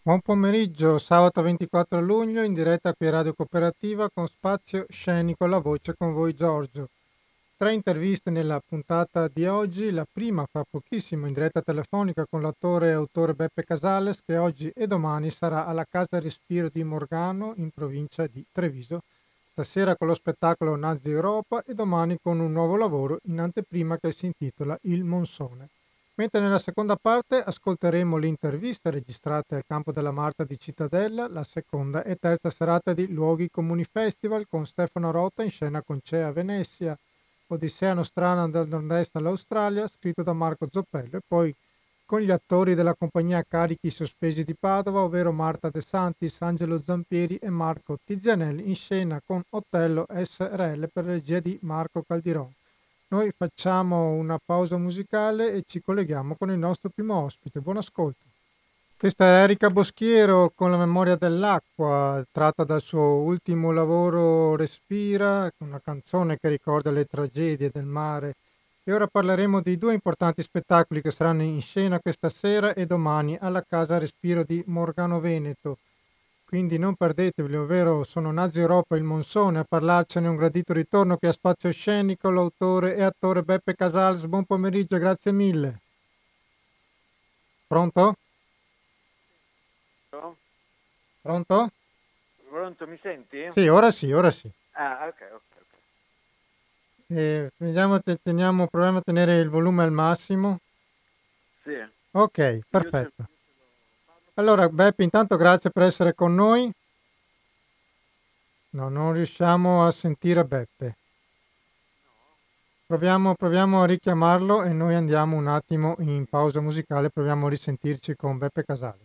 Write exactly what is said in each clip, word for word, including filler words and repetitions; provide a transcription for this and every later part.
Buon pomeriggio, sabato ventiquattro luglio in diretta qui a Radio Cooperativa con Spazio Scenico, la voce con voi Giorgio. Tre interviste nella puntata di oggi, la prima fa pochissimo in diretta telefonica con l'attore e autore Beppe Casales che oggi e domani sarà alla Casa Respiro di Morgano in provincia di Treviso, stasera con lo spettacolo Nazi Europa e domani con un nuovo lavoro in anteprima che si intitola Il Monsone. Mentre nella seconda parte ascolteremo le interviste registrate al Campo della Marta di Cittadella, la seconda e terza serata di Luoghi Comuni Festival con Stefano Rota in scena con Cea Venezia, Odissea Nostrana dal nord-est all'Australia, scritto da Marco Zoppello, e poi con gli attori della compagnia Carichi Sospesi di Padova, ovvero Marta De Santis, Angelo Zampieri e Marco Tizianelli, in scena con Otello S R L per regia di Marco Caldiron. Noi facciamo una pausa musicale e ci colleghiamo con il nostro primo ospite. Buon ascolto. Questa è Erika Boschiero con La memoria dell'acqua, tratta dal suo ultimo lavoro Respira, una canzone che ricorda le tragedie del mare. E ora parleremo di due importanti spettacoli che saranno in scena questa sera e domani alla Casa Respiro di Morgano Veneto. Quindi non perdeteveli, ovvero sono Nazi Europa il Monsone a parlarcene, un gradito ritorno che a Spazio Scenico, l'autore e attore Beppe Casals. Buon pomeriggio, grazie mille. Pronto? Pronto? Pronto? Pronto, mi senti? Sì, ora sì, ora sì. Ah, ok, ok, ok. Eh, vediamo, te- teniamo, proviamo a tenere il volume al massimo. Sì, Ok, io ce perfetto. Allora, Beppe, intanto grazie per essere con noi. No, non riusciamo a sentire Beppe. Proviamo, proviamo a richiamarlo e noi andiamo un attimo in pausa musicale, proviamo a risentirci con Beppe Casales.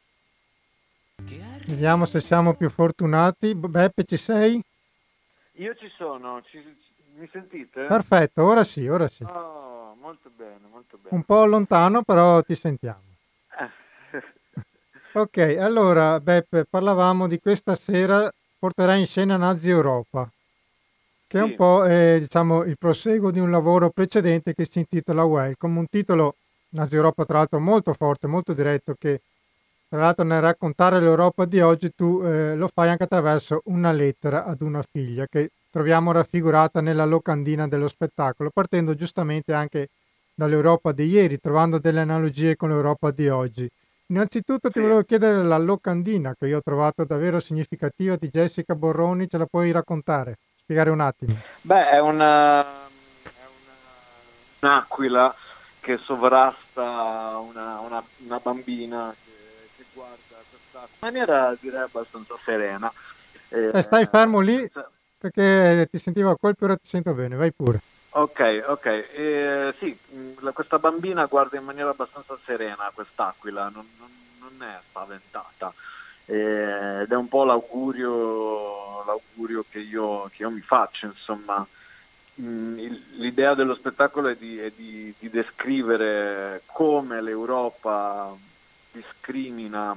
Vediamo se siamo più fortunati. Beppe, ci sei? io ci sono, ci- mi sentite? Perfetto, ora sì, ora sì. Oh, molto bene, molto Un bene. po' lontano, però ti sentiamo. Eh, Ok, allora Beppe, parlavamo di questa sera, porterai in scena Nazi Europa, che è un Sì, po' eh, diciamo il proseguo di un lavoro precedente che si intitola Welcome, un titolo Nazi Europa tra l'altro molto forte, molto diretto, che tra l'altro nel raccontare l'Europa di oggi tu eh, lo fai anche attraverso una lettera ad una figlia che troviamo raffigurata nella locandina dello spettacolo, partendo giustamente anche dall'Europa di ieri, trovando delle analogie con l'Europa di oggi. Innanzitutto ti sì. volevo chiedere la locandina che io ho trovato davvero significativa di Jessica Borroni, ce la puoi raccontare, spiegare un attimo? Beh, è una, è una- un'aquila che sovrasta una, una- una bambina che, che guarda questa in maniera direi abbastanza serena. Eh, Eh, stai fermo lì senza- perché ti sentivo a colpo, ora ti sento bene, vai pure. Ok, ok. Eh, sì, mh, la- questa bambina guarda in maniera abbastanza serena quest'aquila, non, non- non è spaventata. Eh, ed è un po' l'augurio, l'augurio che io, che io mi faccio, insomma. Mm, il- L'idea dello spettacolo è di, è di- di descrivere come l'Europa discrimina,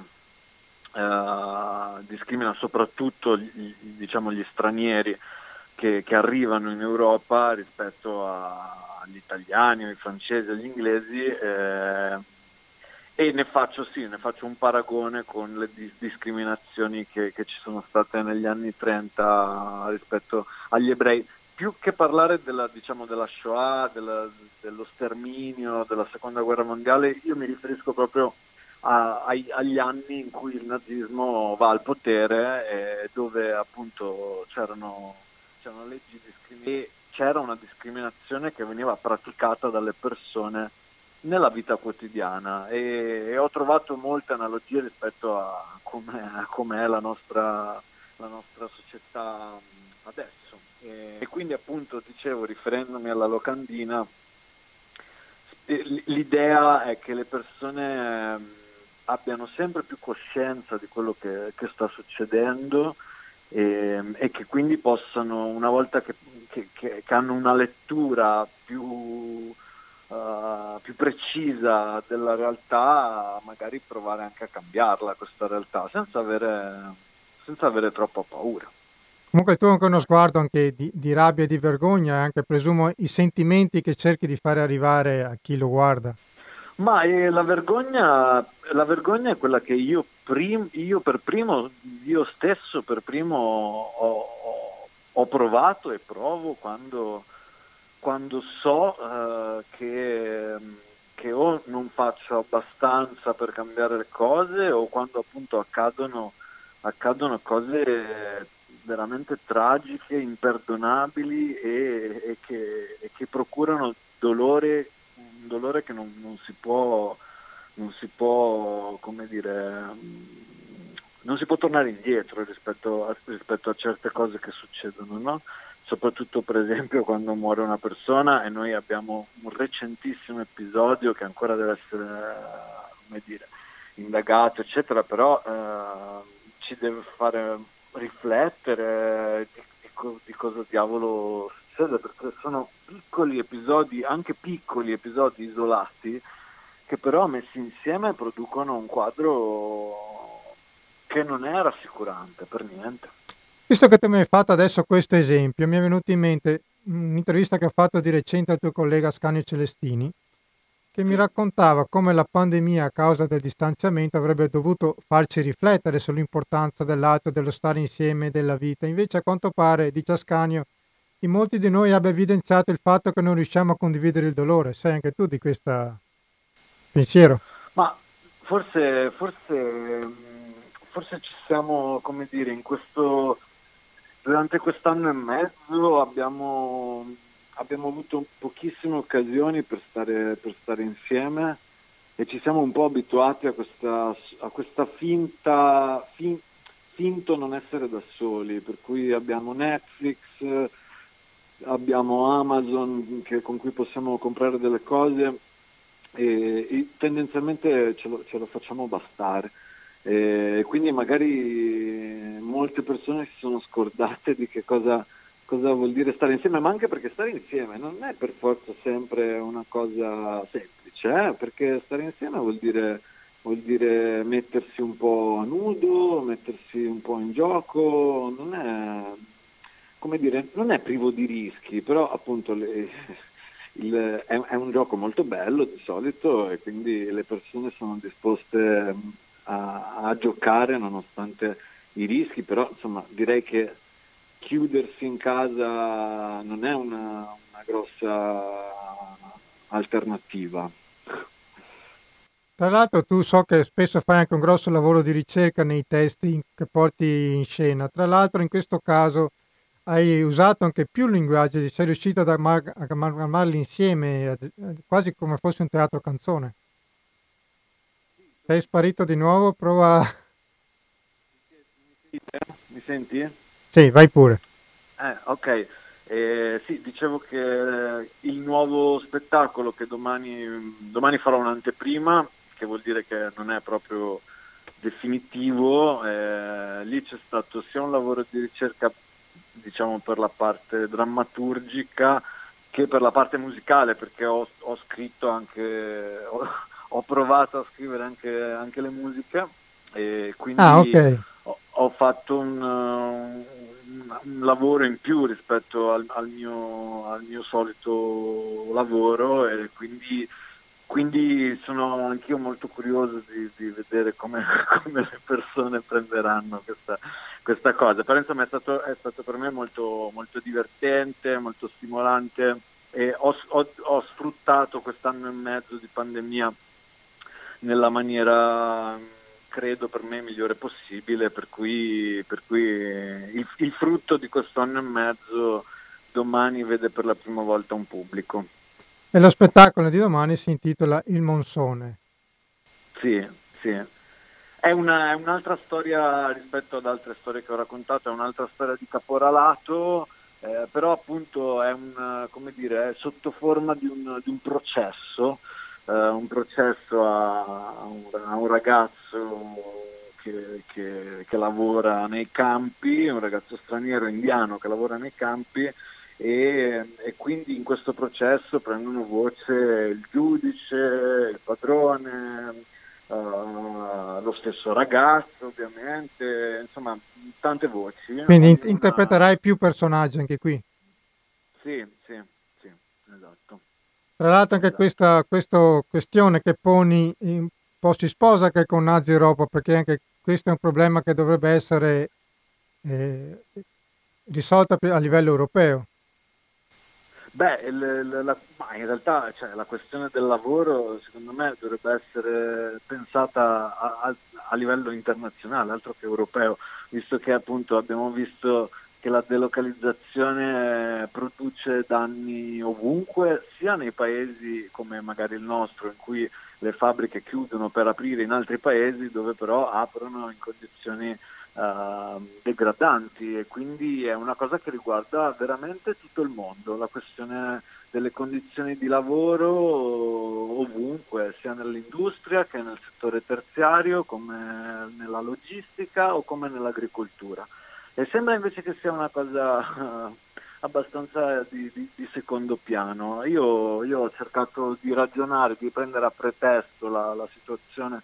eh, discrimina soprattutto gli, diciamo, gli stranieri che, che arrivano in Europa rispetto a- agli italiani, ai francesi, agli inglesi. Eh, e ne faccio, sì, ne faccio un paragone con le dis- discriminazioni che, che ci sono state negli anni trenta rispetto agli ebrei. Più che parlare della, diciamo, della Shoah, della- dello sterminio, della seconda guerra mondiale, io mi riferisco proprio a- ai- agli anni in cui il nazismo va al potere e dove appunto c'erano, c'erano leggi discriminative e c'era una discriminazione che veniva praticata dalle persone nella vita quotidiana e, e ho trovato molte analogie rispetto a come, a come è la nostra, la nostra società mh, adesso. E, e quindi appunto dicevo, riferendomi alla locandina, eh, l- l'idea è che le persone ehm, abbiano sempre più coscienza di quello che, che sta succedendo e, e che quindi possano, una volta che, che- che- che hanno una lettura più, eh, più precisa della realtà, magari provare anche a cambiarla questa realtà senza avere, senza avere troppa paura. Comunque tu hai anche uno sguardo anche di, di rabbia e di vergogna e anche presumo i sentimenti che cerchi di fare arrivare a chi lo guarda. Ma eh, la vergogna, la vergogna è quella che io, prim- io per primo, io stesso per primo ho, ho- ho provato e provo quando, quando so eh, che, che o non faccio abbastanza per cambiare le cose o quando appunto accadono, accadono cose veramente tragiche, imperdonabili e, e che, e che procurano dolore, un dolore che non, non si può, non si può, come dire, non si può tornare indietro rispetto a, rispetto a certe cose che succedono, no? Soprattutto per esempio quando muore una persona e noi abbiamo un recentissimo episodio che ancora deve essere, come dire, indagato, eccetera, però eh, ci deve fare riflettere di, di, co- di cosa diavolo succede, perché sono piccoli episodi, anche piccoli episodi isolati, che però messi insieme producono un quadro che non è rassicurante per niente. Visto che te mi hai fatto adesso questo esempio, mi è venuto in mente un'intervista che ho fatto di recente al tuo collega Ascanio Celestini, che mi Sì. raccontava come la pandemia a causa del distanziamento avrebbe dovuto farci riflettere sull'importanza dell'altro, dello stare insieme, della vita. Invece a quanto pare, dice Ascanio, in molti di noi abbia evidenziato il fatto che non riusciamo a condividere il dolore. Sai anche tu di questo pensiero? Ma forse, forse, mh, forse ci siamo, come dire, in questo, durante quest'anno e mezzo abbiamo, abbiamo avuto pochissime occasioni per stare, per stare insieme e ci siamo un po' abituati a questa, a questa finta, fin- finto non essere da soli, per cui abbiamo Netflix, eh, abbiamo Amazon che- con cui possiamo comprare delle cose e, e tendenzialmente ce lo, ce lo facciamo bastare. E quindi magari molte persone si sono scordate di che cosa, cosa vuol dire stare insieme, ma anche perché stare insieme non è per forza sempre una cosa semplice, eh? Perché stare insieme vuol dire, vuol dire mettersi un po' a nudo, mettersi un po' in gioco, non è, come dire, non è privo di rischi, però appunto le- il- è, è un gioco molto bello di solito e quindi le persone sono disposte mh, a, a giocare nonostante i rischi, però insomma direi che chiudersi in casa non è una, una grossa alternativa. Tra l'altro tu so che spesso fai anche un grosso lavoro di ricerca nei testi in- che porti in scena. Tra l'altro in questo caso hai usato anche più linguaggi, sei riuscito ad amar- ad amalgamarli insieme, ad- eh, quasi come fosse un teatro canzone. Sei sparito di nuovo? Prova. Mi senti? Sì, vai pure. Eh, ok. Eh, sì, dicevo che il nuovo spettacolo che domani, domani farò un'anteprima, che vuol dire che non è proprio definitivo, eh, lì c'è stato sia un lavoro di ricerca, diciamo, per la parte drammaturgica che per la parte musicale, perché ho, ho scritto anche, ho, ho provato a scrivere anche, anche le musiche e Ah, quindi ok. ho, ho fatto un, uh, un lavoro in più rispetto al, al mio, al mio solito lavoro e quindi, quindi sono anch'io molto curioso di, di vedere come, come le persone prenderanno questa, questa cosa. Però insomma è stato, è stato per me molto, molto divertente, molto stimolante e ho, ho, ho sfruttato quest'anno e mezzo di pandemia nella maniera credo per me migliore possibile, per cui, per cui il, il frutto di questo anno e mezzo domani vede per la prima volta un pubblico. E lo spettacolo di domani si intitola Il Monsone. Sì, sì. È, una, è un'altra storia rispetto ad altre storie che ho raccontato, è un'altra storia di caporalato, eh, però appunto è un, come dire, è sotto forma di un, di un processo, eh, un processo a, a un, a un ragazzo che, che- che lavora nei campi, un ragazzo straniero indiano che lavora nei campi e, e quindi in questo processo prendono voce il giudice, il padrone, eh, lo stesso ragazzo ovviamente, insomma tante voci, Quindi in- ognuna. interpreterai più personaggi anche qui. Sì, sì, sì, esatto. Tra l'altro anche Esatto. questa questo questione che poni un po' si sposa anche con Nazi Europa, perché anche questo è un problema che dovrebbe essere, ehm, risolto a p a livello europeo. Beh, il l la ma in realtà, cioè, la questione del lavoro secondo me dovrebbe essere pensata a a a livello internazionale, altro che europeo, visto che appunto abbiamo visto che la delocalizzazione produce danni ovunque, sia nei paesi come magari il nostro, in cui le fabbriche chiudono per aprire in altri paesi, dove però aprono in condizioni eh, degradanti, e quindi è una cosa che riguarda veramente tutto il mondo, la questione delle condizioni di lavoro ovunque, sia nell'industria che nel settore terziario, come nella logistica o come nell'agricoltura. E sembra invece che sia una cosa eh, abbastanza di, di- di secondo piano. Io, io ho cercato di ragionare, di prendere a pretesto la, la situazione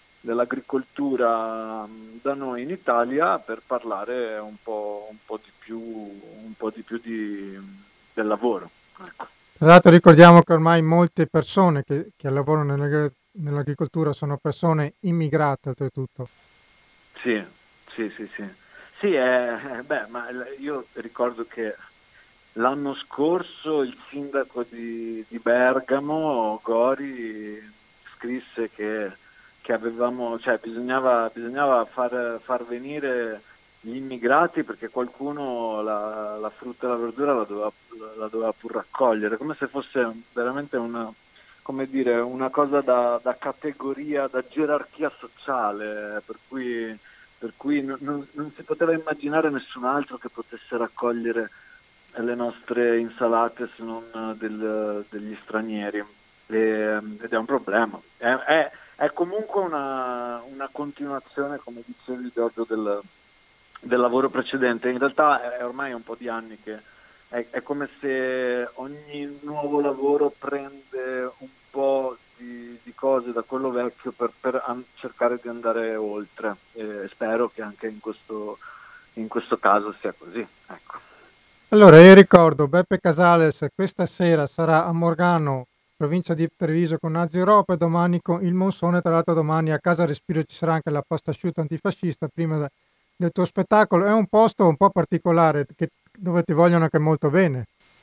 dell'agricoltura mh, da noi in Italia per parlare un po', un po' di più, un po' di più di- del lavoro. Ecco. Tra l'altro ricordiamo che ormai molte persone che che lavorano nell'agri nell'agricoltura sono persone immigrate oltretutto. Sì, sì, sì, sì. Sì, eh, eh, beh, ma il- io ricordo che l'anno scorso il sindaco di, di Bergamo, Gori, scrisse che, che avevamo, cioè bisognava, bisognava far, far venire gli immigrati perché qualcuno la, la frutta e la verdura la doveva, la doveva pur raccogliere, come se fosse veramente una, come dire, una cosa da, da categoria, da gerarchia sociale, per cui, per cui non, non- non si poteva immaginare nessun altro che potesse raccogliere le nostre insalate se non del- degli stranieri. E- ed è un problema. È, è- è comunque una, una continuazione, come dicevi Giorgio, del, del lavoro precedente. In realtà è ormai un po' di anni che è, è come se ogni nuovo lavoro prende un po' di, di cose da quello vecchio per, per an- cercare di andare oltre. E spero che anche in questo, in questo caso sia così. Ecco. Allora io ricordo Beppe Casales questa sera sarà a Morgano, provincia di Treviso con Nazi Europa e domani con il Monsone, tra l'altro domani a Casa Respiro ci sarà anche la posta asciutta antifascista prima de del tuo spettacolo. È un posto un po' particolare che dove ti vogliono anche molto bene.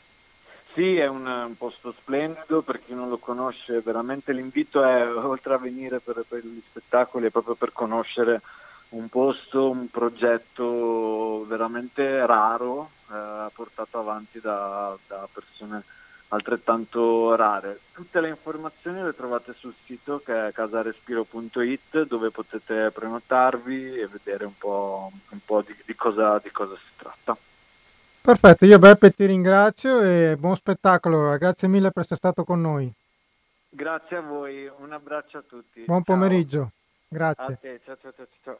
Sì, è un, un posto splendido, per chi non lo conosce, veramente l'invito è, oltre a venire per, per gli spettacoli, è proprio per conoscere un posto, un progetto veramente raro, eh, portato avanti da, da persone altrettanto rare. Tutte le informazioni le trovate sul sito, che è casarespiro punto it, dove potete prenotarvi e vedere un po', un po' di, di cosa, di cosa si tratta. Perfetto, io Beppe ti ringrazio e buon spettacolo. Allora. Grazie mille per essere stato con noi. Grazie a voi, un abbraccio a tutti, Buon ciao. pomeriggio. A Grazie. te, ciao ciao ciao ciao.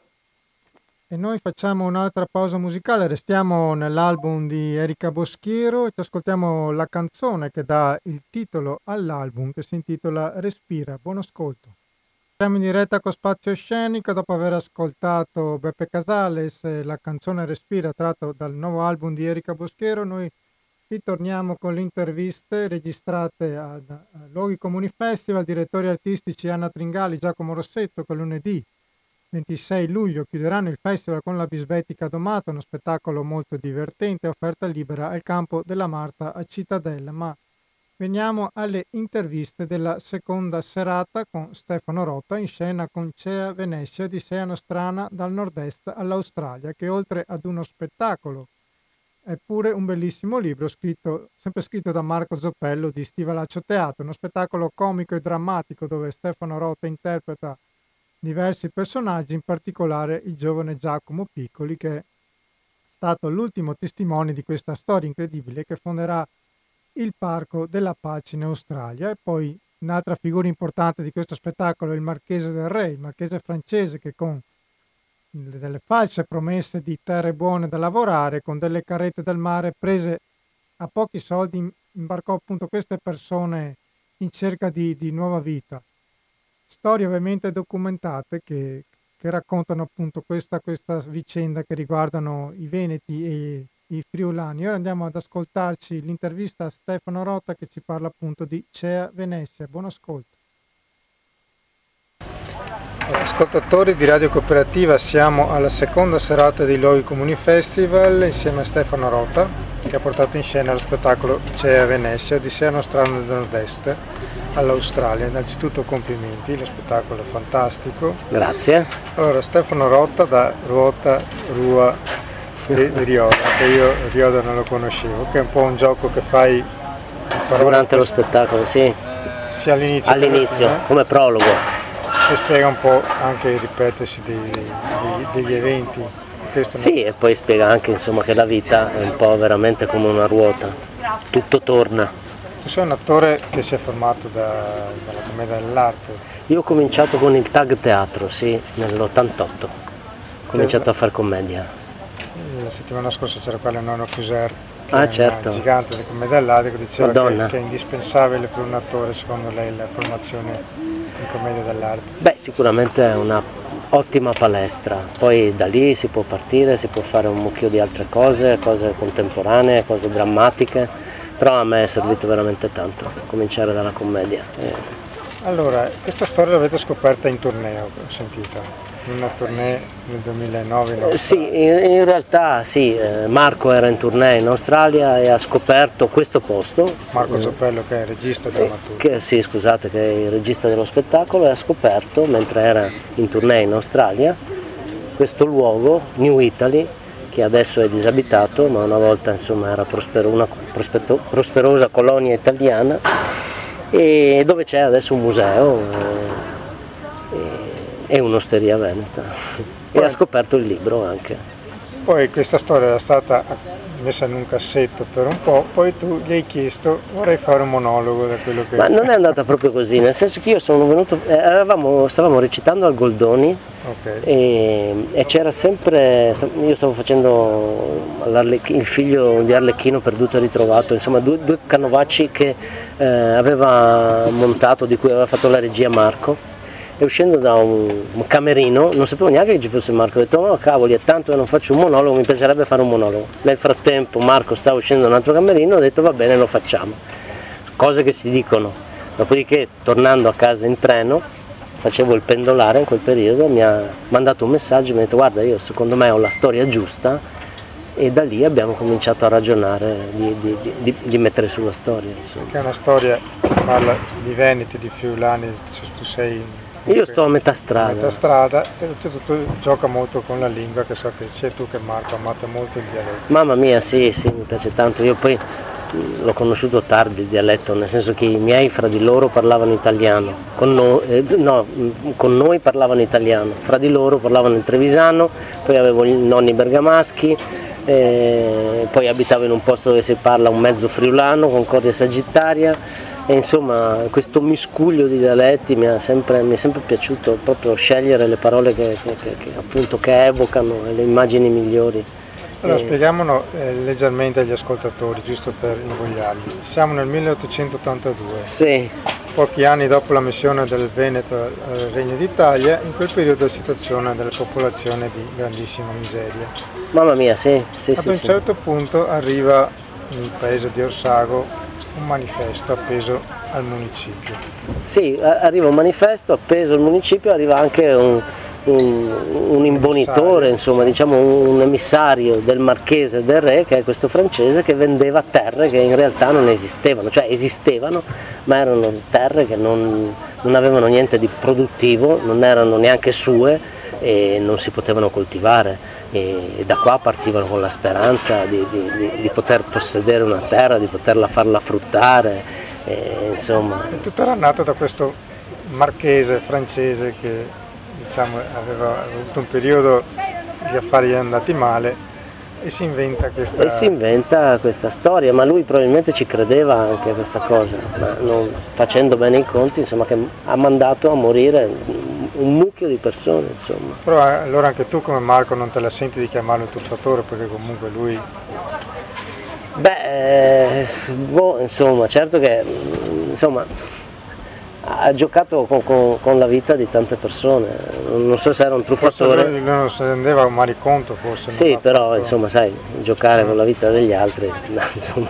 E noi facciamo un'altra pausa musicale, restiamo nell'album di Erika Boschiero e ci ascoltiamo la canzone che dà il titolo all'album che si intitola Respira. Buon ascolto. Siamo in diretta con Spazio Scenico dopo aver ascoltato Beppe Casales e la canzone Respira tratto dal nuovo album di Erika Boschiero. Noi ritorniamo con le interviste registrate a, a Luoghi Comuni Festival, direttori artistici Anna Tringali, Giacomo Rossetto, che lunedì ventisei luglio chiuderanno il festival con la Bisbetica Domata, uno spettacolo molto divertente, offerta libera al campo della Marta a Cittadella. Ma veniamo alle interviste della seconda serata con Stefano Rota in scena con Cea Venezia di Sea Nostrana dal nord-est all'Australia, che oltre ad uno spettacolo è pure un bellissimo libro scritto, sempre scritto da Marco Zoppello di Stivalaccio Teatro, uno spettacolo comico e drammatico dove Stefano Rota interpreta diversi personaggi, in particolare il giovane Giacomo Piccoli, che è stato l'ultimo testimone di questa storia incredibile che fonderà il Parco della Pace in Australia. E poi un'altra figura importante di questo spettacolo è il Marchese del Re, il marchese francese che con delle false promesse di terre buone da lavorare, con delle carrette del mare prese a pochi soldi, imbarcò appunto queste persone in cerca di, di nuova vita. Storie ovviamente documentate che, che raccontano appunto questa, questa vicenda che riguardano i Veneti e i friulani. Ora andiamo ad ascoltarci l'intervista a Stefano Rota che ci parla appunto di C E A Venezia. Buon ascolto. Ascoltatori di Radio Cooperativa, siamo alla seconda serata di Luoghi Comuni Festival insieme a Stefano Rota che ha portato in scena lo spettacolo C E A Venezia, Odissea Nostrana del Nord-Est all'Australia. Innanzitutto complimenti, lo spettacolo è fantastico. Grazie. Allora, Stefano Rota da Ruota, Rua e Rioda, che io Rioda non lo conoscevo, che è un po' un gioco che fai durante lo spettacolo, sì. Sì, all'inizio. All'inizio, eh? come prologo. E spiega un po' anche il ripetersi dei, dei, degli eventi. Sì, e poi spiega anche insomma che la vita è un po' veramente come una ruota, tutto torna. Tu sei un attore che si è formato da, dalla commedia dell'arte. Io ho cominciato con il Tag Teatro, sì, nell'ottantotto. Ho cominciato a fare commedia. La settimana scorsa c'era qua Leonora Fuser, che ah, è certo. una gigante di commedia dell'arte, che diceva che, che è indispensabile per un attore, secondo lei, la formazione in commedia dell'arte. Beh, sicuramente è una ottima palestra, poi da lì si può partire, si può fare un mucchio di altre cose, cose contemporanee, cose drammatiche, però a me è servito veramente tanto cominciare dalla commedia. E... Allora, questa storia l'avete scoperta in tournée, ho sentito. Una tournée nel duemilanove in Australia. Sì, in, in realtà sì, eh, Marco era in tournée in Australia e ha scoperto questo posto. Marco Zoppello, che è il regista del che, Sì, scusate, che è il regista dello spettacolo, e ha scoperto, mentre era in tournée in Australia, questo luogo, New Italy, che adesso è disabitato, ma una volta insomma era prospero, una prospetto, prosperosa colonia italiana, e dove c'è adesso un museo. Eh, e un'osteria veneta. Poi, e ha scoperto il libro anche. Poi questa storia era stata messa in un cassetto per un po', poi tu gli hai chiesto vorrei fare un monologo da quello che... Ma non è andata proprio così, nel senso che io sono venuto, eh, eravamo, stavamo recitando al Goldoni, okay. e, e c'era sempre, io stavo facendo il figlio di Arlecchino perduto e ritrovato, insomma due, due canovacci che eh, aveva montato, di cui aveva fatto la regia Marco. E uscendo da un, un camerino, non sapevo neanche che ci fosse Marco, ho detto oh cavoli, è tanto che non faccio un monologo, mi piacerebbe fare un monologo. Nel frattempo Marco stava uscendo da un altro camerino, ho detto va bene, lo facciamo. Cose che si dicono. Dopodiché, tornando a casa in treno, facevo il pendolare in quel periodo, mi ha mandato un messaggio, mi ha detto guarda, io secondo me ho la storia giusta, e da lì abbiamo cominciato a ragionare di, di, di, di mettere sulla storia. Insomma. Che è una storia che parla di veneti, di friulani, tu sei... Io sto a metà strada. A metà strada, e tutto gioca molto con la lingua, che so che sia tu che Marco amate molto il dialetto. Mamma mia, sì, sì, mi piace tanto. Io poi l'ho conosciuto tardi il dialetto, nel senso che i miei fra di loro parlavano italiano, con noi, eh, no, con noi parlavano italiano, fra di loro parlavano il trevisano, poi avevo i nonni bergamaschi, eh, poi abitavo in un posto dove si parla un mezzo friulano, Concordia Sagittaria. E insomma questo miscuglio di dialetti mi, ha sempre, mi è sempre piaciuto proprio scegliere le parole che, che, che, che, appunto, che evocano le immagini migliori. Allora e... spieghiamolo eh, leggermente agli ascoltatori, giusto per invogliarli. Siamo nel milleottocentottantadue, sì. Pochi anni dopo la missione del Veneto al Regno d'Italia, in quel periodo la situazione della popolazione è di grandissima miseria. Mamma mia, sì. sì Ad sì, un sì. certo punto arriva nel paese di Orsago un manifesto appeso al municipio. Sì, arriva un manifesto appeso al municipio, arriva anche un, un, un imbonitore, insomma, diciamo un emissario del marchese del re, che è questo francese che vendeva terre che in realtà non esistevano, cioè esistevano, ma erano terre che non, non avevano niente di produttivo, non erano neanche sue e non si potevano coltivare. E da qua partivano con la speranza di, di, di, di poter possedere una terra, di poterla farla fruttare, e, insomma. E tutto era nato da questo marchese francese che diciamo, aveva avuto un periodo di affari andati male e si inventa questa... E si inventa questa storia, ma lui probabilmente ci credeva anche a questa cosa, ma non, facendo bene i conti, insomma, che ha mandato a morire un mucchio di persone, insomma. Però allora anche tu come Marco non te la senti di chiamarlo il truffatore, perché comunque lui... Beh, eh, boh, insomma, certo che insomma, ha giocato con, con, con la vita di tante persone, non so se era un truffatore. Forse lui non si rendeva mai conto, forse. Sì, però fatto... insomma sai, giocare con la vita degli altri, insomma,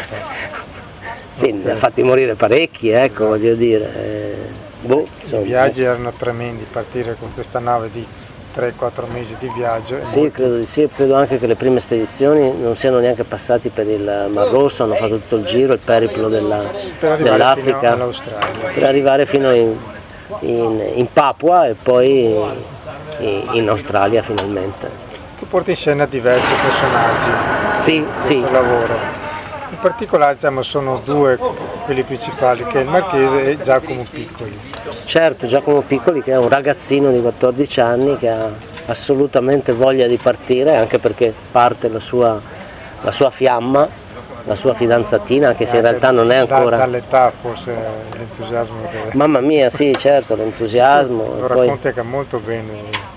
sì, okay. Ne ha fatti morire parecchi, ecco, voglio dire. Eh, boh, insomma, I viaggi eh. erano tremendi, partire con questa nave di tre quattro mesi di viaggio. Sì, molto... credo di sì, credo anche che le prime spedizioni non siano neanche passati per il Mar Rosso, hanno fatto tutto il giro, il periplo della, dell'Africa, per arrivare fino in, in, in Papua e poi in, in Australia finalmente. Tu porti in scena diversi personaggi sì, del sì. tuo lavoro. In particolare diciamo, sono due quelli principali, che è il Marchese e Giacomo Piccoli. Certo, Giacomo Piccoli, che è un ragazzino di quattordici anni che ha assolutamente voglia di partire, anche perché parte la sua, la sua fiamma, la sua fidanzatina, anche se in realtà non è ancora... Dall'età forse l'entusiasmo che... Mamma mia, sì, certo, l'entusiasmo. Lo poi... racconti anche molto bene.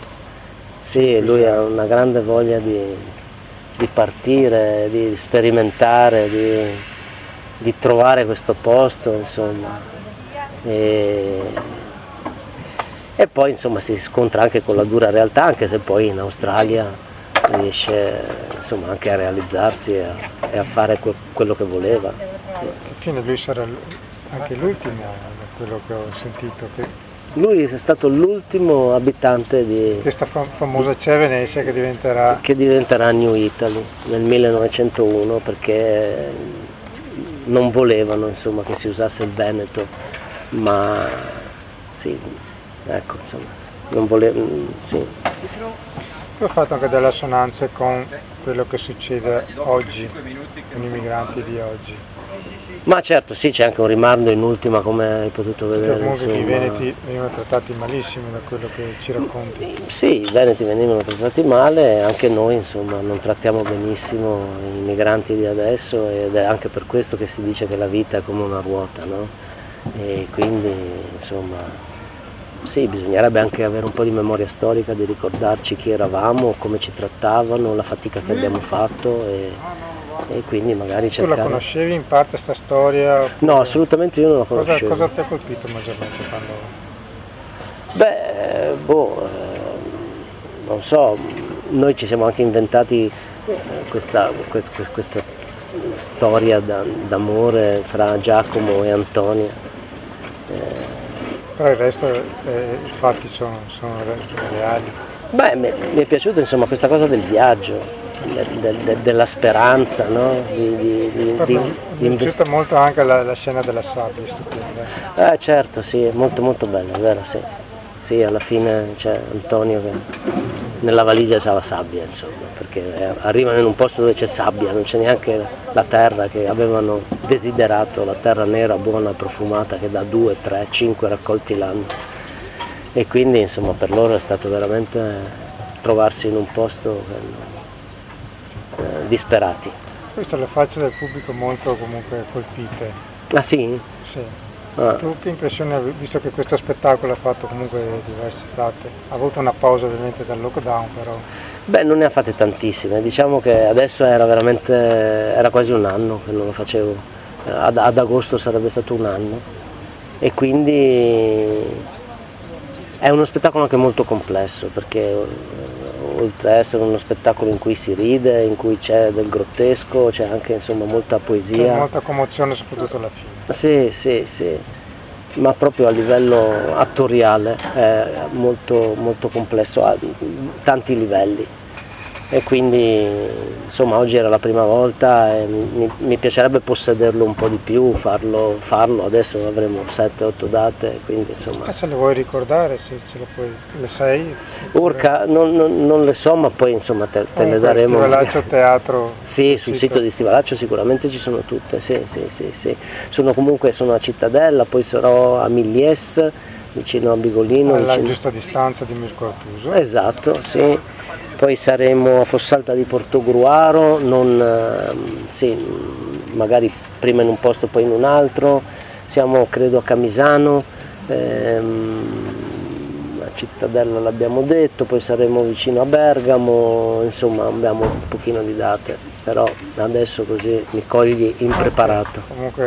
Sì, lui ha una grande voglia di, di partire, di sperimentare, di, di trovare questo posto, insomma. E... e poi insomma si scontra anche con la dura realtà, anche se poi in Australia riesce insomma anche a realizzarsi e a, e a fare que- quello che voleva. Alla fine lui sarà anche l'ultimo, da quello che ho sentito. Che... Lui è stato l'ultimo abitante di questa fam- famosa Cevenese che diventerà... che diventerà New Italy nel millenovecentouno, perché non volevano insomma che si usasse il Veneto, ma sì, ecco, insomma, non volevo, sì. Tu hai fatto anche delle assonanze con quello che succede oggi, con i migranti di oggi. Ma certo, sì, c'è anche un rimando in ultima, come hai potuto vedere. Perché comunque insomma... i veneti venivano trattati malissimo, da quello che ci racconti. Sì, i veneti venivano trattati male, anche noi insomma non trattiamo benissimo i migranti di adesso, ed è anche per questo che si dice che la vita è come una ruota, no? E quindi insomma sì, bisognerebbe anche avere un po' di memoria storica, di ricordarci chi eravamo, come ci trattavano, la fatica che abbiamo fatto e, e quindi magari cercare... Tu la conoscevi in parte questa storia? Oppure... No, assolutamente io non la conoscevo. Cosa, cosa ti ha colpito maggiormente quando... Beh, boh, eh, non so, noi ci siamo anche inventati questa, questa, questa storia d'amore fra Giacomo e Antonia. Eh, Però il resto, eh, i fatti sono, sono reali. Beh, mi, mi è piaciuta insomma questa cosa del viaggio, de, de, de, della speranza, no? Di, di, di, di, di, mi è piaciuta invest... molto anche la, la scena della sabbia, stupenda. Eh certo, sì, è molto molto bella, è vero, sì. Sì, alla fine c'è Antonio che nella valigia c'ha la sabbia, insomma, perché arrivano in un posto dove c'è sabbia, non c'è neanche la terra che avevano desiderato, la terra nera, buona, profumata, che dà due, tre, cinque raccolti l'anno. E quindi insomma per loro è stato veramente trovarsi in un posto eh, disperati. Queste le facce del pubblico molto comunque colpite. Ah sì? Sì. Ah. Tu che impressione hai, visto che questo spettacolo ha fatto comunque diverse date? Ha avuto una pausa ovviamente dal lockdown, però... Beh, non ne ha fatte tantissime, diciamo che adesso era veramente, era quasi un anno che non lo facevo, ad, ad agosto sarebbe stato un anno e quindi è uno spettacolo anche molto complesso, perché oltre ad essere uno spettacolo in cui si ride, in cui c'è del grottesco, c'è anche insomma molta poesia. C'è molta commozione soprattutto alla fine. Sì, sì, sì, ma proprio a livello attoriale è molto, molto complesso, ha tanti livelli e quindi insomma oggi era la prima volta e mi, mi piacerebbe possederlo un po' di più, farlo, farlo. Adesso avremo sette otto date, quindi insomma... Ah, se le vuoi ricordare, se ce le puoi, le sai? Urca, non, non, non le so, ma poi insomma te, te le daremo. Stivalaccio Teatro. Sì, sul sito. sito di Stivalaccio sicuramente ci sono tutte, sì, sì, sì, sì. Sono comunque sono a Cittadella, poi sarò a Milies, vicino a Bigolino. Alla vicino... giusta distanza di Mirko Artuso. Esatto, sì. Poi saremo a Fossalta di Portogruaro, non, sì, magari prima in un posto poi in un altro, siamo credo a Camisano, ehm, a Cittadella l'abbiamo detto, poi saremo vicino a Bergamo, insomma abbiamo un pochino di date, però adesso così mi cogli impreparato. Comunque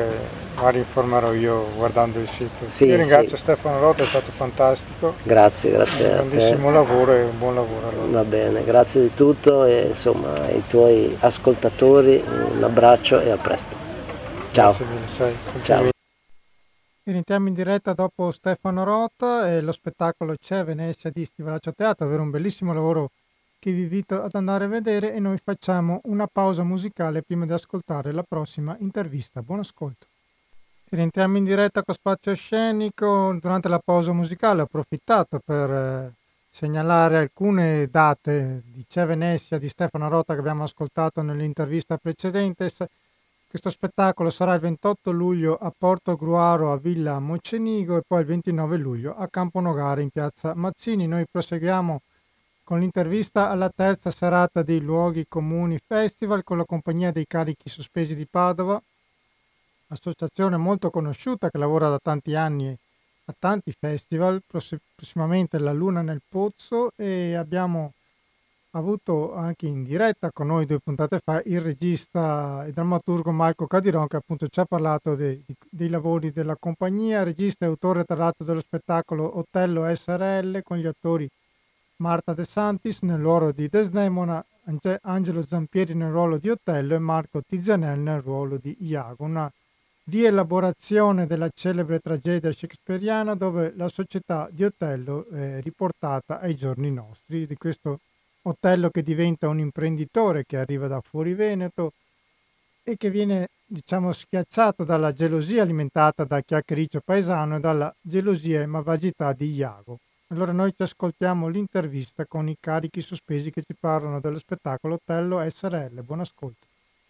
magari informerò io guardando il sito. Sì, io ringrazio sì. Stefano Rota, è stato fantastico. Grazie, grazie un a te. grandissimo lavoro e un buon lavoro allora. Va bene, grazie di tutto e insomma ai tuoi ascoltatori un abbraccio e a presto. Ciao. Grazie mille, sai, Ciao. Rientriamo in diretta dopo Stefano Rota e lo spettacolo C'è Venezia di Stivalaccio Teatro, avere un bellissimo lavoro che vi invito ad andare a vedere, e noi facciamo una pausa musicale prima di ascoltare la prossima intervista. Buon ascolto. Rientriamo in diretta con Spazio Scenico. Durante la pausa musicale ho approfittato per eh, segnalare alcune date di C'è Venezia di Stefano Rota che abbiamo ascoltato nell'intervista precedente. Questo spettacolo sarà il ventotto luglio a Porto Gruaro a Villa Mocenigo e poi il ventinove luglio a Camponogare in piazza Mazzini. Noi proseguiamo con l'intervista alla terza serata dei Luoghi Comuni Festival con la compagnia dei Carichi Sospesi di Padova, associazione molto conosciuta che lavora da tanti anni a tanti festival, prossimamente la Luna nel Pozzo, e abbiamo avuto anche in diretta con noi due puntate fa il regista e drammaturgo Marco Cadiron, che appunto ci ha parlato dei, dei lavori della compagnia, regista e autore tra l'altro dello spettacolo Otello S R L con gli attori Marta De Santis nel ruolo di Desdemona, Angelo Zampieri nel ruolo di Otello e Marco Tizianel nel ruolo di Iago, una rielaborazione della celebre tragedia shakespeariana dove la società di Otello è riportata ai giorni nostri, di questo Otello che diventa un imprenditore che arriva da fuori Veneto e che viene, diciamo, schiacciato dalla gelosia alimentata dal chiacchiericcio paesano e dalla gelosia e malvagità di Iago. Allora noi ci ascoltiamo l'intervista con i Carichi Sospesi che ci parlano dello spettacolo Otello S R L. Buon ascolto.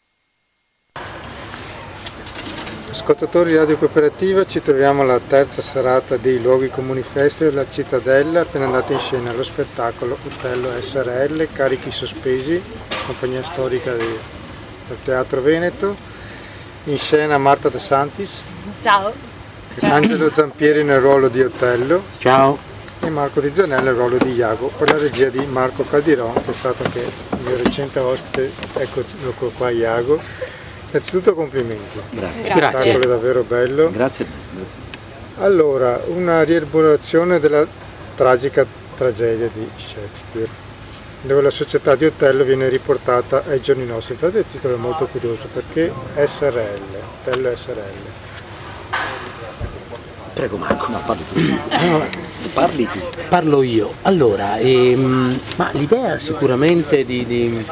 Ascoltatori di Radio Cooperativa, ci troviamo alla terza serata dei Luoghi Comuni Festival della Cittadella, appena andata in scena lo spettacolo Otello S R L, Carichi Sospesi, compagnia storica di, del Teatro Veneto. In scena Marta De Santis. Ciao. Angelo Zampieri nel ruolo di Otello. Ciao. E Marco Di Zanello nel ruolo di Iago, per la regia di Marco Caldiron, che è stato anche il mio recente ospite. Eccolo qua Iago. Innanzitutto complimenti. Grazie. Il spettacolo è davvero bello. Grazie. Grazie. Allora, una rielaborazione della tragica tragedia di Shakespeare, dove la società di Otello viene riportata ai giorni nostri. Infatti il titolo è molto curioso, perché S R L, Otello S R L. Prego Marco. No, parli tu. Allora, parli tu. Parlo io. Allora, ehm, ma l'idea sicuramente di, di,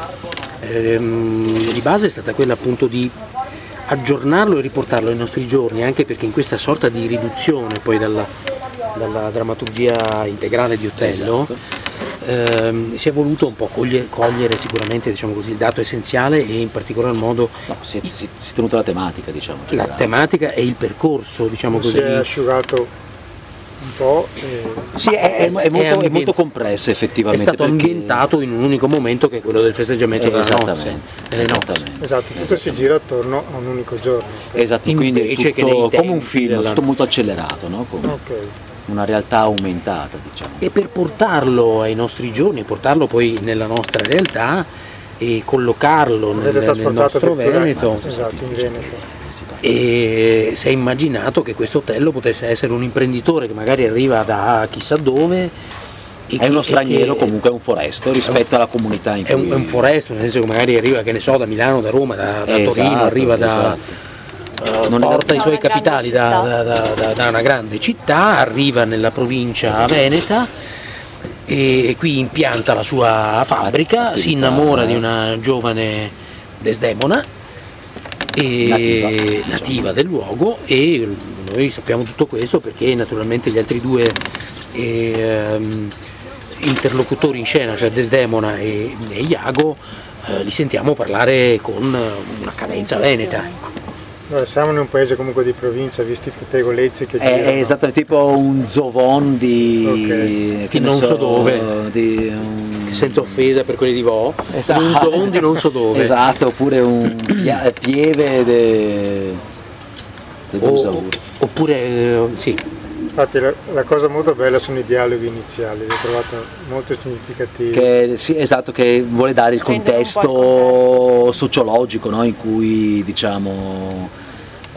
ehm, di base è stata quella appunto di aggiornarlo e riportarlo ai nostri giorni, anche perché in questa sorta di riduzione poi dalla, dalla drammaturgia integrale di Otello, esatto. ehm, si è voluto un po' cogliere, cogliere sicuramente, diciamo così, il dato essenziale e in particolar modo no, si, è, si, si è tenuta la tematica, diciamo. La tematica e il percorso, diciamo così. Si è asciugato un po'. E... Sì, è, è, è, molto, ambien- è molto complesso effettivamente. È stato perché... ambientato in un unico momento che è quello del festeggiamento eh, della esattamente, nozze. Delle esattamente. nozze. Esatto, tutto esatto. Si gira attorno a un unico giorno. Esatto, quindi è tutto, che nei come un film, della... tutto molto accelerato, no? Come okay. Una realtà aumentata, diciamo. E per portarlo ai nostri giorni, portarlo poi nella nostra realtà e collocarlo nel, nel nostro Veneto, esatto, in Veneto. E si è immaginato che questo Otello potesse essere un imprenditore che magari arriva da chissà dove. E è che, uno straniero, che, comunque è un foresto rispetto alla comunità in cui... È un, è un foresto, nel senso che magari arriva, che ne so, da Milano, da Roma, da, da esatto, Torino, arriva da... Esatto. Uh, non porta i suoi capitali da, da, da, da una grande città, arriva nella provincia veneta e, e qui impianta la sua fabbrica, si innamora di una giovane Desdemona e nativa, nativa del luogo, e noi sappiamo tutto questo perché naturalmente gli altri due eh, interlocutori in scena, cioè Desdemona e, e Iago, eh, li sentiamo parlare con una cadenza veneta. Allora, siamo in un paese comunque di provincia, visti i pettegolezzi che girano. È esattamente tipo un Zovon di... Okay. Che non so, so dove, di, um... senza offesa per quelli di Vo, esatto. Un Zovon di non so dove. Esatto, oppure un Pieve de... de o, oppure, eh, sì. Infatti la, la cosa molto bella sono i dialoghi iniziali, li ho trovato molto significativi. Che, sì, esatto, che vuole dare il contesto, il contesto sociologico, no? In cui diciamo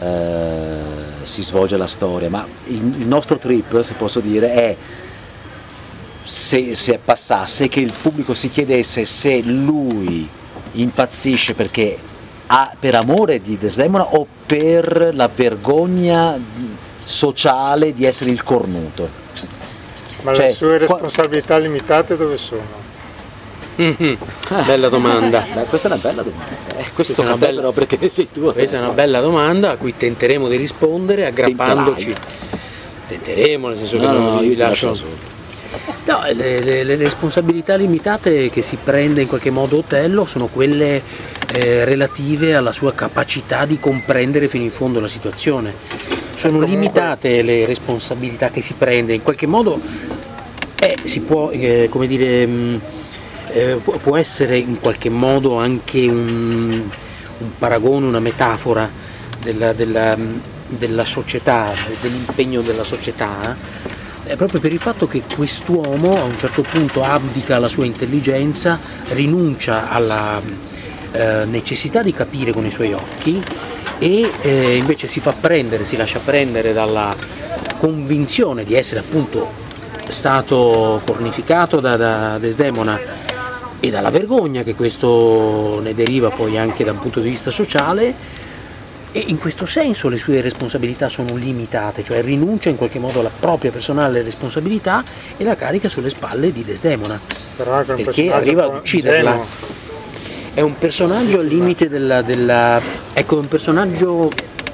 eh, si svolge la storia, ma il, il nostro trip, se posso dire, è se, se passasse che il pubblico si chiedesse se lui impazzisce perché ha, per amore di Desdemona o per la vergogna sociale di essere il cornuto. Ma cioè, le sue responsabilità qua... limitate dove sono? Mm-hmm. Bella domanda. Beh, questa è una bella domanda. Eh, questo è una bella... però perché sei tu. Questa è una bella domanda a cui tenteremo di rispondere aggrappandoci. Tenteremo, nel senso no, che non no, vi lascio solo. No, le, le, le responsabilità limitate che si prende in qualche modo Otello sono quelle eh, relative alla sua capacità di comprendere fino in fondo la situazione. Sono comunque... limitate le responsabilità che si prende, in qualche modo eh, si può, eh, come dire, mh, eh, può essere in qualche modo anche un, un paragone, una metafora della, della, della società, dell'impegno della società. È proprio per il fatto che quest'uomo a un certo punto abdica alla sua intelligenza, rinuncia alla eh, necessità di capire con i suoi occhi e eh, invece si fa prendere, si lascia prendere dalla convinzione di essere appunto stato cornificato da, da Desdemona e dalla vergogna che questo ne deriva poi anche da un punto di vista sociale. E in questo senso le sue responsabilità sono limitate, cioè rinuncia in qualche modo alla propria personale responsabilità e la carica sulle spalle di Desdemona, però anche un perché arriva ad ucciderla. Genuo. È un personaggio al limite della, della ecco, un personaggio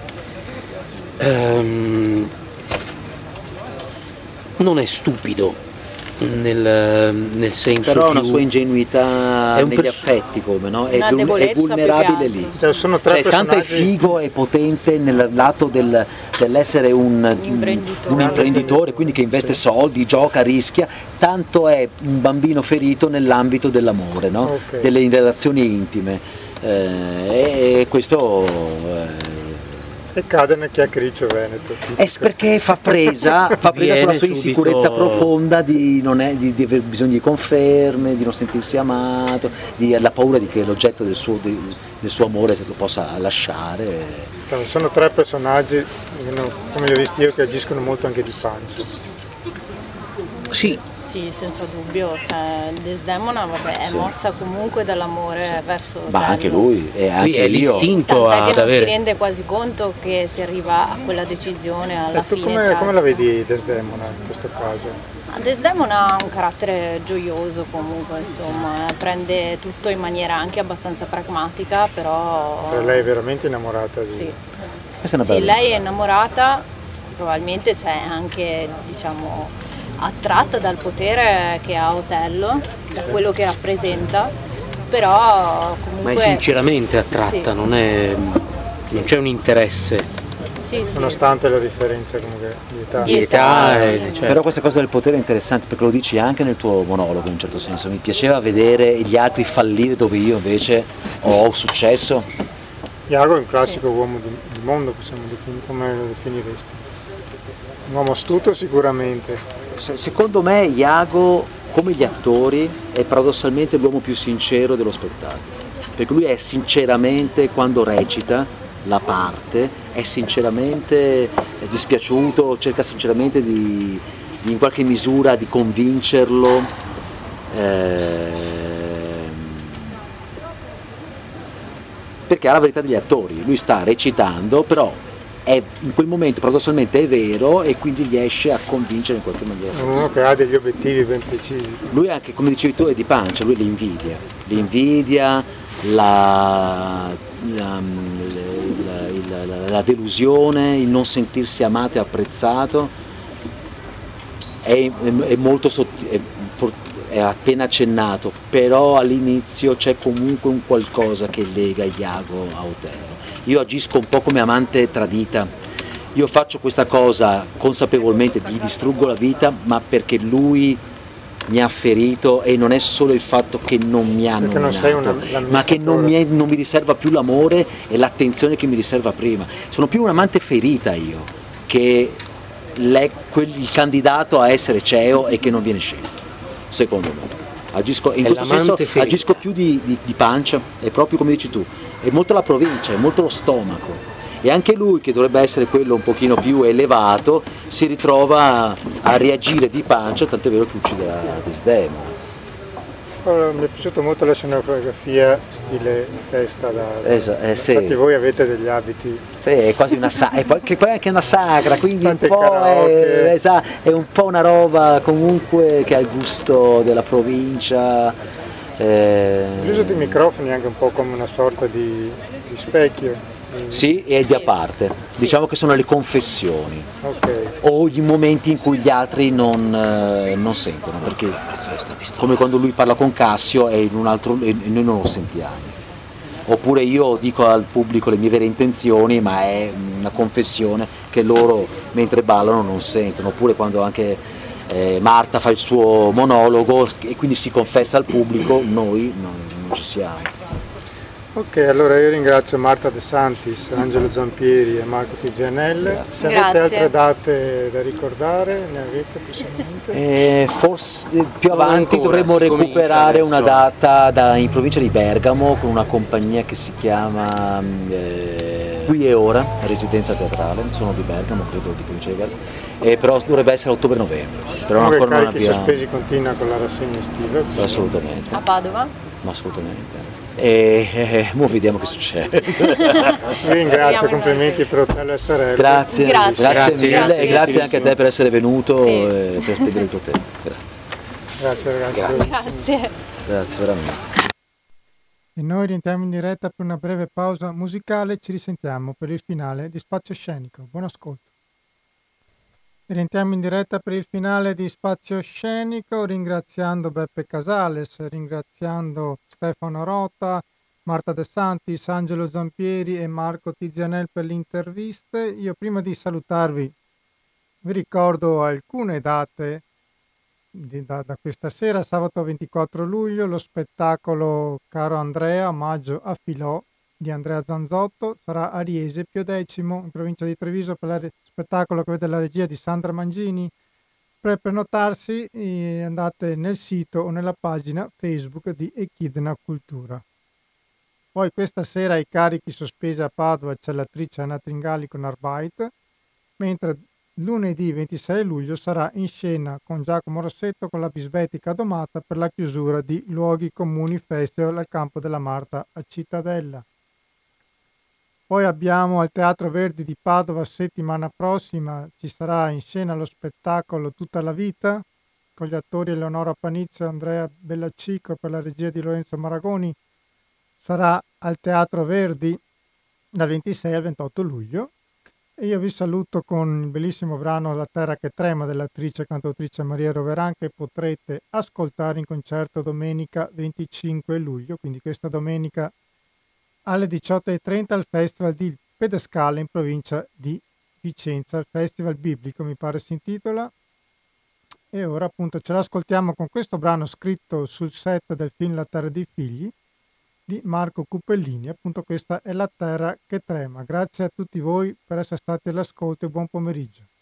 um, non è stupido nel, nel senso però ha una più... sua ingenuità negli pers- affetti, come no? È, vul- è vulnerabile lì, cioè, sono tre cioè, tanto è figo e potente nel lato del, dell'essere un, un, imprenditore. un imprenditore, quindi che investe soldi, gioca, rischia, tanto è un bambino ferito nell'ambito dell'amore, no? Okay. Delle relazioni intime, eh, e questo eh, e cade nel chiacchiericcio veneto. È perché fa presa, fa presa sulla sua insicurezza subito... profonda di, non è, di, di aver bisogno di conferme, di non sentirsi amato, di la paura di che l'oggetto del suo, di, del suo amore lo possa lasciare. Cioè, sono tre personaggi, come li ho visti io, che agiscono molto anche di pancia. Sì. Sì, senza dubbio, cioè, Desdemona vabbè, è sì. mossa comunque dall'amore sì. verso ma Otello. anche lui e anche lui è l'istinto tant'è ad che non avere... si rende quasi conto che si arriva a quella decisione alla e tu fine. Come, come la vedi Desdemona in questo caso? Desdemona ha un carattere gioioso comunque, insomma, prende tutto in maniera anche abbastanza pragmatica, però... Cioè, lei è veramente innamorata di... Sì, è una sì lei è innamorata, probabilmente c'è anche, diciamo... attratta dal potere che ha Otello, da quello che rappresenta, però comunque... Ma è sinceramente attratta, sì. non, è, sì. non c'è un interesse. Sì, sì. Nonostante la differenza comunque di età. Di età, sì. eh, cioè. Però questa cosa del potere è interessante perché lo dici anche nel tuo monologo in un certo senso. Mi piaceva vedere gli altri fallire dove io invece ho successo. Iago è un classico sì. uomo di, di mondo, possiamo definire, come lo definiresti? Un uomo astuto sicuramente. Secondo me Iago, come gli attori, è paradossalmente l'uomo più sincero dello spettacolo, perché lui è sinceramente, quando recita la parte, è sinceramente dispiaciuto, cerca sinceramente di, di in qualche misura di convincerlo, eh, perché ha la verità degli attori, lui sta recitando, però è, in quel momento paradossalmente è vero e quindi riesce a convincere in qualche maniera. Uno che ha degli obiettivi ben precisi. Lui anche, come dicevi tu, è di pancia, lui l'invidia, l'invidia, la, la, la, la, la delusione, il non sentirsi amato e apprezzato, è, è, è molto sottile, è, è appena accennato, però all'inizio c'è comunque un qualcosa che lega Iago a Otello. Io agisco un po' come amante tradita, io faccio questa cosa consapevolmente, gli distruggo la vita, ma perché lui mi ha ferito e non è solo il fatto che non mi ha perché nominato, una, ma che non mi, è, non mi riserva più l'amore e l'attenzione che mi riserva prima. Sono più un amante ferita io, che quel, il candidato a essere C E O e che non viene scelto, secondo me. Agisco, in questo senso ferita. Agisco più di, di, di pancia, è proprio come dici tu, è molto la provincia, è molto lo stomaco e anche lui, che dovrebbe essere quello un pochino più elevato, si ritrova a reagire di pancia, tant'è vero che uccide la Desdemona. Oh, mi è piaciuta molto la scenografia stile festa da, Esa, eh, sì. Infatti voi avete degli abiti, sì, è quasi una sagra, poi, che poi è anche una sagra, quindi un po' è, esa, è un po' una roba comunque che ha il gusto della provincia. Eh... L'uso dei microfoni è anche un po' come una sorta di, di specchio. Sì, e di a parte, sì. Diciamo che sono le confessioni, okay. O i momenti in cui gli altri non, eh, non sentono, perché come quando lui parla con Cassio e, in un altro, e noi non lo sentiamo, oppure io dico al pubblico le mie vere intenzioni, ma è una confessione che loro mentre ballano non sentono, oppure quando anche eh, Marta fa il suo monologo e quindi si confessa al pubblico, noi non, non ci siamo. Ok, allora io ringrazio Marta De Santis, Angelo Zampieri e Marco Tizianel. Se avete Grazie. altre date da ricordare, ne avete prossimamente? Eh, forse più Non avanti ancora, dovremmo si recuperare comincia una data da, in provincia di Bergamo con una compagnia che si chiama eh, Qui e Ora, Residenza Teatrale, sono di Bergamo, credo di provincia di Bergamo, eh, però dovrebbe essere ottobre-novembre. Però Comunque ancora non Carichi abbiamo... Sospesi continua con la rassegna estiva. Assolutamente. A Padova? Assolutamente. E eh, mo vediamo che succede. Vi ringrazio, complimenti per Otello S R L. Grazie, grazie, grazie, grazie, mille grazie, e grazie anche a te per essere venuto sì. e per spendere il tuo tempo. Grazie. Grazie ragazzi. Grazie. Grazie. Grazie veramente. E noi rientriamo in diretta per una breve pausa musicale, ci risentiamo per il finale di Spazio Scenico. Buon ascolto. Rientriamo in diretta per il finale di Spazio Scenico, ringraziando Beppe Casales, ringraziando Stefano Rota, Marta De Santis, Angelo Zampieri e Marco Tizianel per le interviste. Io prima di salutarvi vi ricordo alcune date di, da, da questa sera, sabato ventiquattro luglio, lo spettacolo Caro Andrea, omaggio a Filò di Andrea Zanzotto, sarà a Riese, Pio Decimo, in provincia di Treviso, per la spettacolo che vede la regia di Sandra Mangini. Per prenotarsi eh, andate nel sito o nella pagina Facebook di Echidna Cultura. Poi questa sera ai Carichi Sospesi a Padova c'è l'attrice Anna Tringali con Arbeit, mentre lunedì ventisei luglio sarà in scena con Giacomo Rossetto con la Bisbetica Domata per la chiusura di Luoghi Comuni Festival al Campo della Marta a Cittadella. Poi abbiamo al Teatro Verdi di Padova settimana prossima, ci sarà in scena lo spettacolo Tutta la vita con gli attori Eleonora Panizio e Andrea Bellaccico per la regia di Lorenzo Maragoni. Sarà al Teatro Verdi dal ventisei al ventotto luglio. E io vi saluto con il bellissimo brano La terra che trema dell'attrice e cantautrice Maria Roveran, che potrete ascoltare in concerto domenica venticinque luglio, quindi questa domenica alle diciotto e trenta al Festival di Pedescale in provincia di Vicenza, il Festival Biblico mi pare si intitola. E ora appunto ce l'ascoltiamo con questo brano scritto sul set del film La terra dei figli di Marco Cupellini. Appunto questa è La terra che trema. Grazie a tutti voi per essere stati all'ascolto e buon pomeriggio.